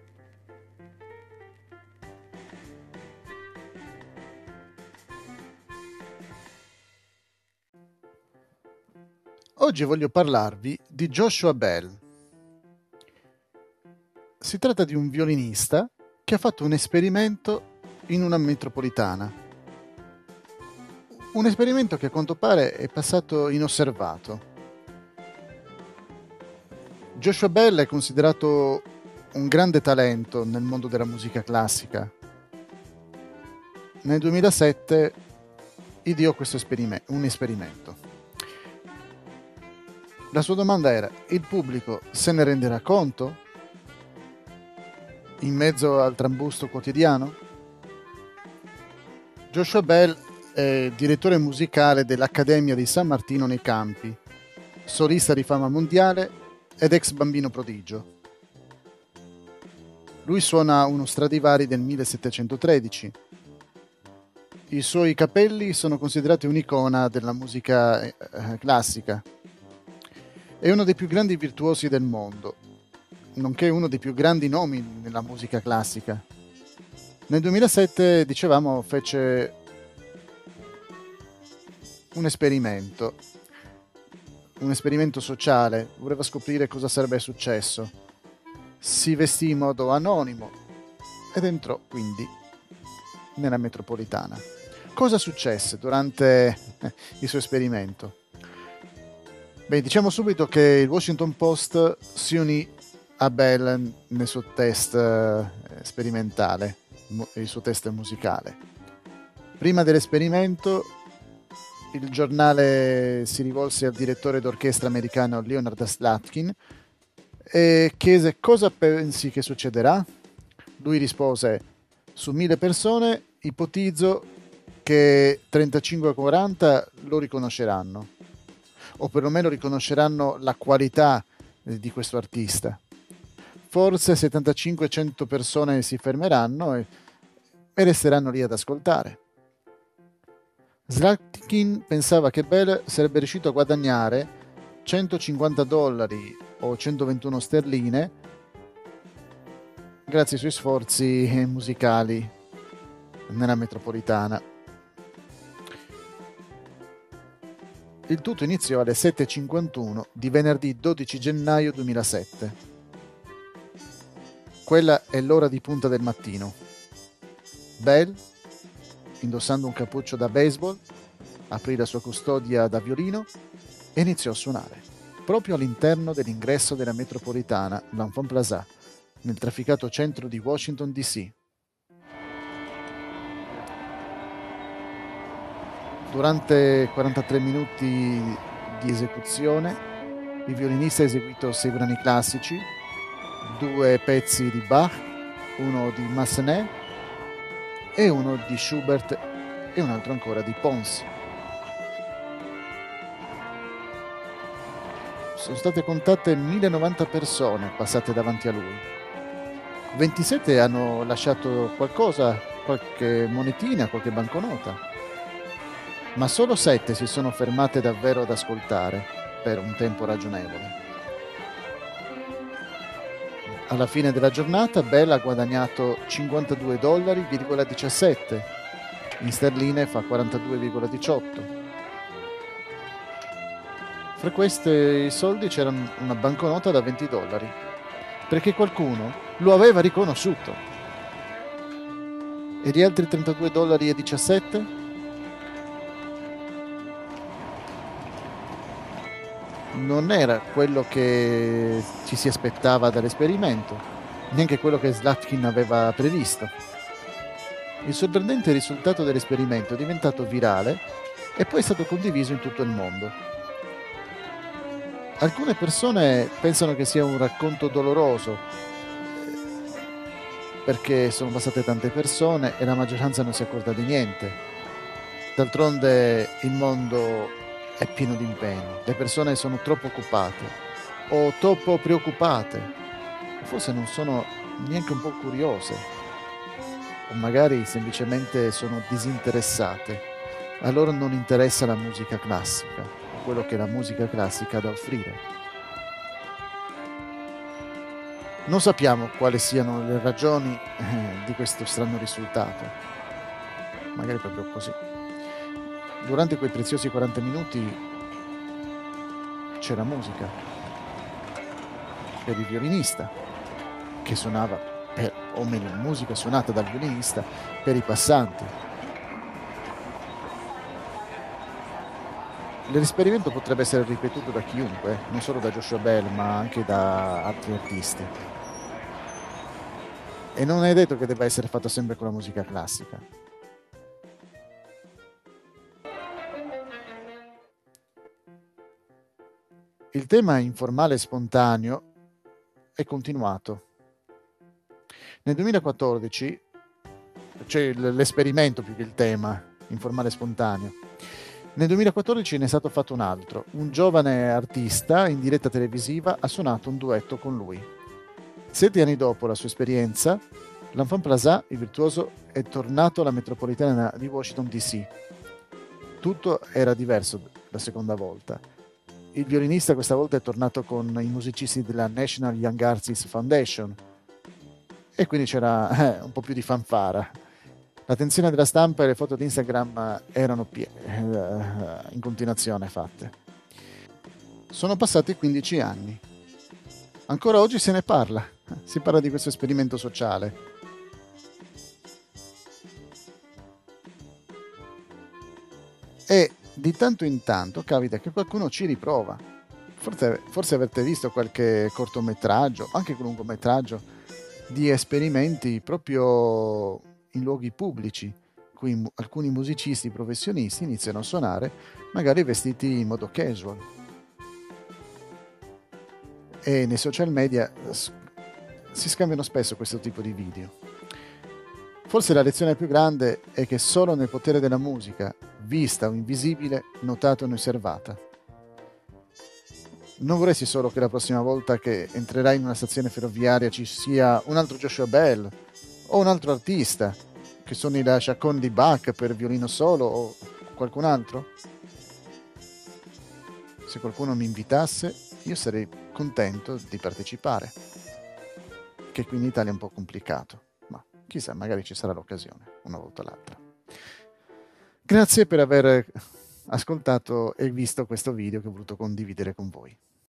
Oggi voglio parlarvi di Joshua Bell. Si tratta di un violinista che ha fatto un esperimento in una metropolitana. Un esperimento che a quanto pare è passato inosservato. Joshua Bell è considerato un grande talento nel mondo della musica classica. Nel 2007 ideò un esperimento. La sua domanda era: il pubblico se ne renderà conto in mezzo al trambusto quotidiano? Joshua Bell è direttore musicale dell'Accademia di San Martino nei Campi, solista di fama mondiale ed ex bambino prodigio. Lui suona uno Stradivari del 1713. I suoi capelli sono considerati un'icona della musica classica. È uno dei più grandi virtuosi del mondo, nonché uno dei più grandi nomi nella musica classica. Nel 2007, dicevamo, fece un esperimento sociale, voleva scoprire cosa sarebbe successo. Si vestì in modo anonimo ed entrò quindi nella metropolitana. Cosa successe durante il suo esperimento? Beh, diciamo subito che il Washington Post si unì a Bell nel suo test sperimentale, il suo test musicale. Prima dell'esperimento, il giornale si rivolse al direttore d'orchestra americano Leonard Slatkin e chiese: cosa pensi che succederà? Lui rispose: su 1000 persone ipotizzo che 35-40 lo riconosceranno, o perlomeno riconosceranno la qualità di questo artista. Forse 75-100 persone si fermeranno e resteranno lì ad ascoltare. Slatkin pensava che Bell sarebbe riuscito a guadagnare $150 o 121 sterline grazie ai suoi sforzi musicali nella metropolitana. Il tutto iniziò alle 7:51 di venerdì 12 gennaio 2007. Quella è l'ora di punta del mattino. Bell, indossando un cappuccio da baseball, aprì la sua custodia da violino e iniziò a suonare, proprio all'interno dell'ingresso della metropolitana L'Enfant Plaza, nel trafficato centro di Washington DC. Durante 43 minuti di esecuzione, il violinista ha eseguito 6 brani classici, 2 pezzi di Bach, uno di Massenet e uno di Schubert e un altro ancora di Pons. Sono state contate 1090 persone passate davanti a lui. 27 hanno lasciato qualcosa, qualche monetina, qualche banconota, ma solo 7 si sono fermate davvero ad ascoltare per un tempo ragionevole. Alla fine della giornata Bell ha guadagnato $52,17, in sterline fa 42,18. Fra questi soldi c'era una banconota da $20, perché qualcuno lo aveva riconosciuto. E gli altri $32,17? Non era quello che ci si aspettava dall'esperimento, neanche quello che Slatkin aveva previsto. Il sorprendente risultato dell'esperimento è diventato virale e poi è stato condiviso in tutto il mondo. Alcune persone pensano che sia un racconto doloroso, perché sono passate tante persone e la maggioranza non si è accorta di niente. D'altronde il mondo è pieno di impegni, le persone sono troppo occupate o troppo preoccupate, o forse non sono neanche un po' curiose, o magari semplicemente sono disinteressate. A loro non interessa la musica classica, quello che la musica classica ha da offrire. Non sappiamo quali siano le ragioni di questo strano risultato, magari proprio così. Durante quei preziosi 40 minuti c'era musica per il violinista che suonava, o meglio, musica suonata dal violinista per i passanti. L'esperimento potrebbe essere ripetuto da chiunque, non solo da Joshua Bell, ma anche da altri artisti. E non è detto che debba essere fatto sempre con la musica classica. Il tema informale e spontaneo è continuato. Nel 2014 c'è l'esperimento più che il tema informale e spontaneo. Nel 2014 ne è stato fatto un altro. Un giovane artista in diretta televisiva ha suonato un duetto con lui. 7 anni dopo la sua esperienza, l'Enfant Plaza, il virtuoso, è tornato alla metropolitana di Washington DC. Tutto era diverso la seconda volta. Il violinista questa volta è tornato con i musicisti della National Young Artists Foundation e quindi c'era un po' più di fanfara. L'attenzione della stampa e le foto di Instagram erano in continuazione fatte. Sono passati 15 anni. Ancora oggi se ne parla. Si parla di questo esperimento sociale. E di tanto in tanto capita che qualcuno ci riprova. Forse avete visto qualche cortometraggio, anche lungometraggio, di esperimenti proprio in luoghi pubblici, cui alcuni musicisti professionisti iniziano a suonare, magari vestiti in modo casual. E nei social media si scambiano spesso questo tipo di video. Forse la lezione più grande è che solo nel potere della musica, vista o invisibile, notata o osservata. Non vorresti solo che la prossima volta che entrerai in una stazione ferroviaria ci sia un altro Joshua Bell o un altro artista che suoni la chaconne di Bach per violino solo o qualcun altro? Se qualcuno mi invitasse, io sarei contento di partecipare. Che qui in Italia è un po' complicato, ma chissà, magari ci sarà l'occasione una volta o l'altra. Grazie per aver ascoltato e visto questo video che ho voluto condividere con voi.